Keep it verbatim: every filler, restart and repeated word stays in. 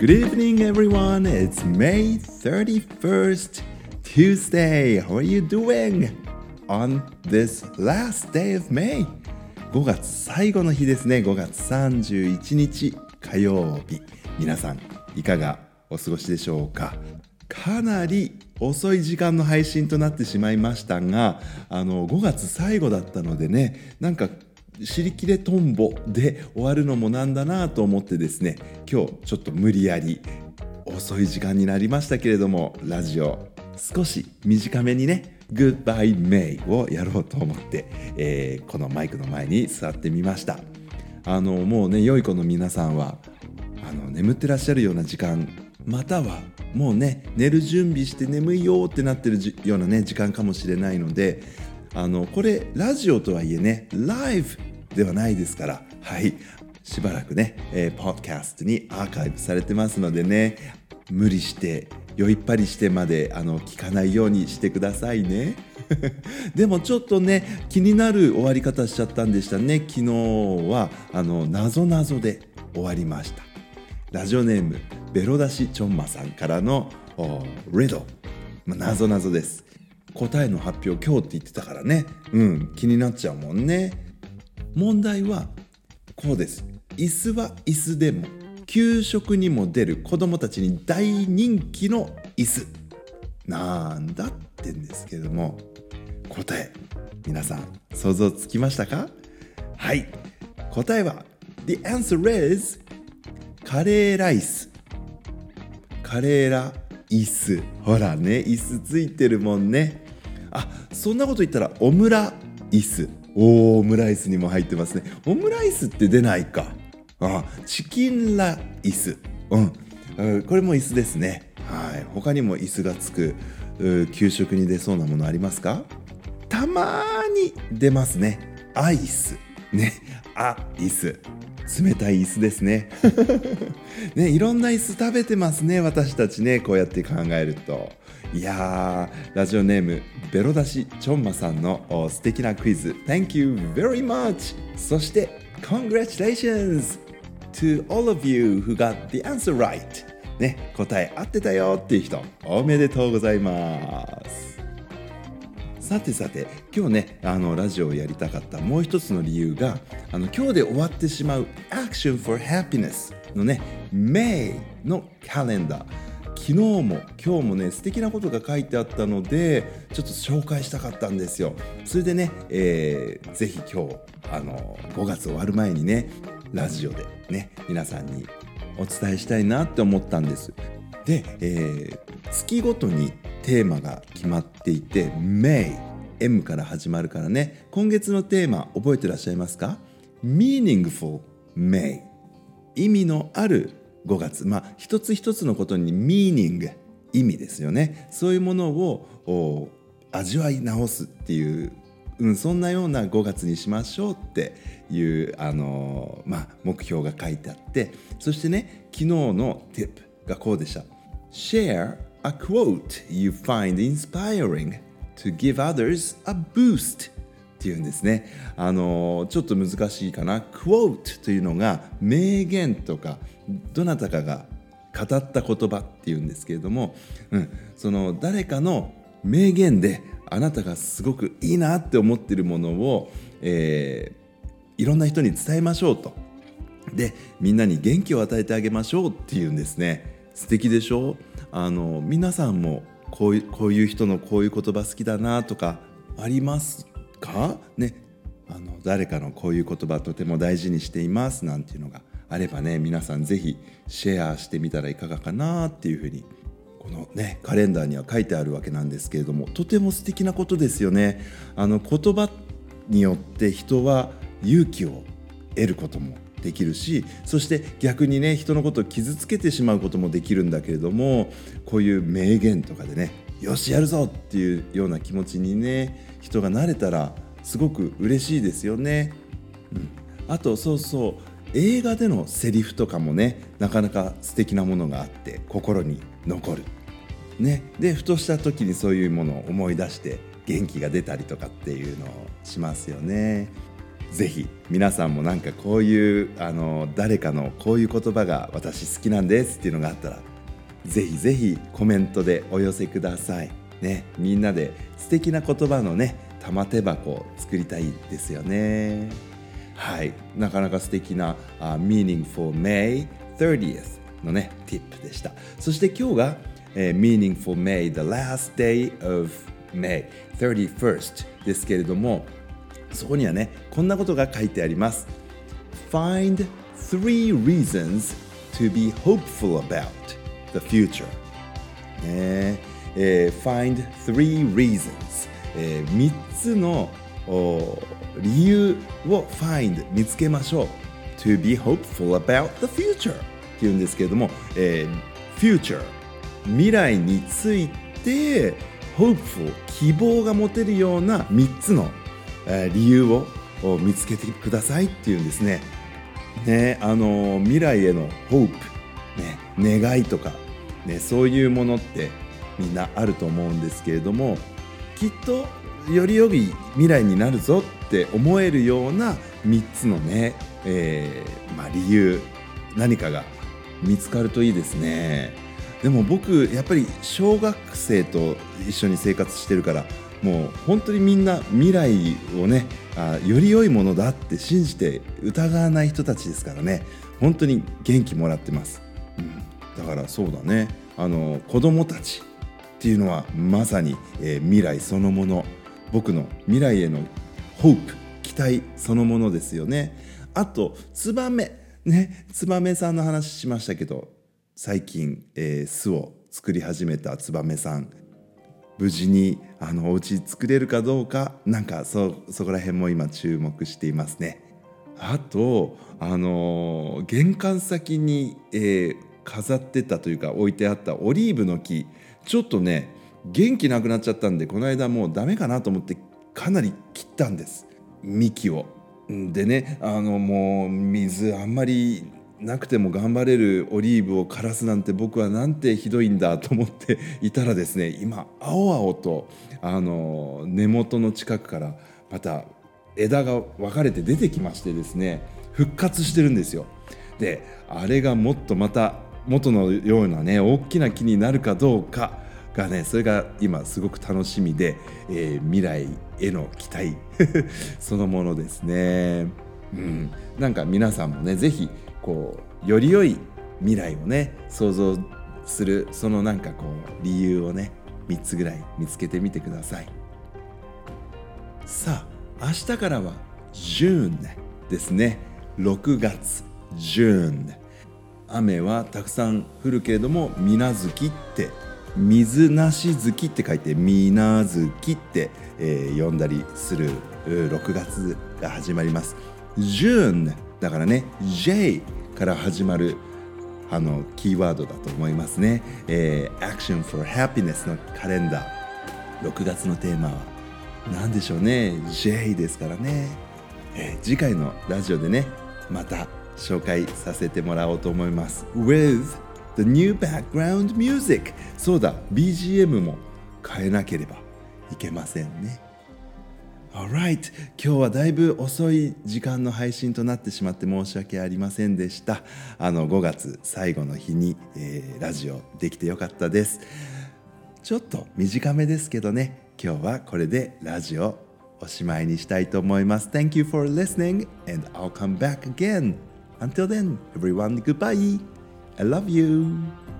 Good evening, everyone. It's May thirty-first, Tuesday. How are you doing on this last day of May? ごがつ最後の日ですね。ごがつさんじゅういちにち火曜日。皆さんいかがお過ごしでしょうか。かなり遅い時間の配信となってしまいましたが、あのごがつ最後だったのでね、なんか尻切れトンボで終わるのもなんだなと思ってですね、今日ちょっと無理やり遅い時間になりましたけれども、ラジオ少し短めにね、Goodbye May をやろうと思って、えー、このマイクの前に座ってみました。あのもうね、良い子の皆さんはあの眠ってらっしゃるような時間、またはもうね寝る準備して眠いよってなってるようなね時間かもしれないので、あのこれラジオとはいえねライブではないですから、はいしばらくね、えー、ポッドキャストにアーカイブされてますのでね、無理して酔いっぱりしてまであの聞かないようにしてくださいねでもちょっとね気になる終わり方しちゃったんでしたね。昨日はあの謎謎で終わりました。ラジオネームベロ出しちょんまさんからのリド、まあ、謎謎です。答えの発表今日って言ってたからね、うん気になっちゃうもんね。問題はこうです。椅子は椅子でも給食にも出る子どもたちに大人気の椅子なんだってんですけども、答え皆さん想像つきましたか？はい、答えは The answer is カレーライス。カレーラ椅子、ほらね椅子ついてるもんね。あ、そんなこと言ったらオムライス、おーオムライスにも入ってますね。オムライスって出ないか。あ、チキンライス、うん、これも椅子ですね。はい、他にも椅子がつく給食に出そうなものありますか？たまに出ますね。アイスね、アイス、冷たい椅子ですねね、いろんな椅子食べてますね私たちね。こうやって考えると、いやー、ラジオネームベロ出しちょんまさんの素敵なクイズ Thank you very much。 そして Congratulations to all of you who got the answer right ね、答え合ってたよっていう人おめでとうございます。さてさて、今日ねあのラジオをやりたかったもう一つの理由が、あの今日で終わってしまう Action for Happiness のね May のカレンダー、昨日も今日もね素敵なことが書いてあったのでちょっと紹介したかったんですよ。それでね、えー、ぜひ今日あのごがつ終わる前にねラジオでね皆さんにお伝えしたいなって思ったんです。で、えー、月ごとにテーマが決まっていて May、 M から始まるからね、今月のテーマ覚えてらっしゃいますか？ Meaningful May、 意味のあるごがつ、まあ一つ一つのことに Meaning、 意味ですよね。そういうものを味わい直すっていう、うん、そんなようなごがつにしましょうっていうあの、まあ、目標が書いてあって、そしてね昨日の Tip がこうでした。 Share a quote you find inspiring to give others a boost っていうんですね。あのちょっと難しいかな。 quote というのが名言とかどなたかが語った言葉っていうんですけれども、うん、その誰かの名言であなたがすごくいいなって思っているものを、えー、いろんな人に伝えましょうと。でみんなに元気を与えてあげましょうっていうんですね。素敵でしょ？あの皆さんもこういう、こういう人のこういう言葉好きだなとかありますかね。あの誰かのこういう言葉とても大事にしていますなんていうのがあればね、皆さんぜひシェアしてみたらいかがかなっていうふうにこのねカレンダーには書いてあるわけなんですけれども、とても素敵なことですよね。あの言葉によって人は勇気を得ることもできるし、そして逆にね人のことを傷つけてしまうこともできるんだけれども、こういう名言とかでねよしやるぞっていうような気持ちにね人がなれたらすごく嬉しいですよね、うん、あとそうそう映画でのセリフとかもねなかなか素敵なものがあって心に残る、ね、でふとした時にそういうものを思い出して元気が出たりとかっていうのをしますよね。 ぜひ皆さんもなんかこういうあの誰かのこういう言葉が私好きなんですっていうのがあったら、ぜひぜひコメントでお寄せくださいね。みんなで素敵な言葉のね玉手箱を作りたいですよね。はい、なかなか素敵な、uh, Meaningful May サーティース のね ティップでした。そして今日が、えー、Meaningful May the last day of May サーティーファースト ですけれども、そこにはねこんなことが書いてあります。 Find three reasons to be hopeful about the future、ねえー、Find three reasons、えー、みっつの理由を find 見つけましょう。 to be hopeful about the future っていうんですけれども、えー、future 未来について hopeful 希望が持てるようなみっつの、えー、理由を見つけてくださいっていうんですね。ね、あの未来への hope、ね、願いとか、ね、そういうものってみんなあると思うんですけれども、きっとより良い未来になるぞって思えるようなみっつのね、えーまあ、理由、何かが見つかるといいですね。でも僕やっぱり小学生と一緒に生活してるから、もう本当にみんな未来をね、あより良いものだって信じて疑わない人たちですからね、本当に元気もらってます、うん、だからそうだね、あの子供たちっていうのはまさに、えー、未来そのもの、僕の未来へのホープ、期待そのものですよね。あとツバメね、ツバメさんの話しましたけど、最近、えー、巣を作り始めたツバメさん、無事にあのお家作れるかどうか、なんか そ, そこら辺も今注目していますね。あと、あのー、玄関先に、えー、飾ってたというか置いてあったオリーブの木、ちょっとね元気なくなっちゃったんで、この間もうダメかなと思ってかなり切ったんです、幹を。でね、あのもう水あんまりなくても頑張れるオリーブを枯らすなんて、僕はなんてひどいんだと思っていたらですね、今青々とあの根元の近くからまた枝が分かれて出てきましてですね、復活してるんですよ。で、あれがもっとまた元のようなね大きな木になるかどうかがね、それが今すごく楽しみで、えー、未来への期待そのものですね、うん、なんか皆さんもねぜひこうより良い未来をね想像する、そのなんかこう理由をねみっつぐらい見つけてみてください。さあ明日からは June ですね。ろくがつ June、 雨はたくさん降るけれども、水無月って水なし月って書いて水無月って、えー、呼んだりするろくがつが始まります。 June だからね J から始まるあのキーワードだと思いますね、えー、Action for Happiness のカレンダー、ろくがつのテーマは何でしょうね。 J ですからね、えー、次回のラジオでねまた紹介させてもらおうと思います with the new background music。 そうだ、 ビージーエム も変えなければいけませんね。 Alright、 今日はだいぶ遅い時間の配信となってしまって申し訳ありませんでした。あのごがつ最後の日に、えー、ラジオできてよかったです。ちょっと短めですけどね、今日はこれでラジオおしまいにしたいと思います。 Thank you for listening and I'll come back again. Until then, everyone, goodbye. I love you.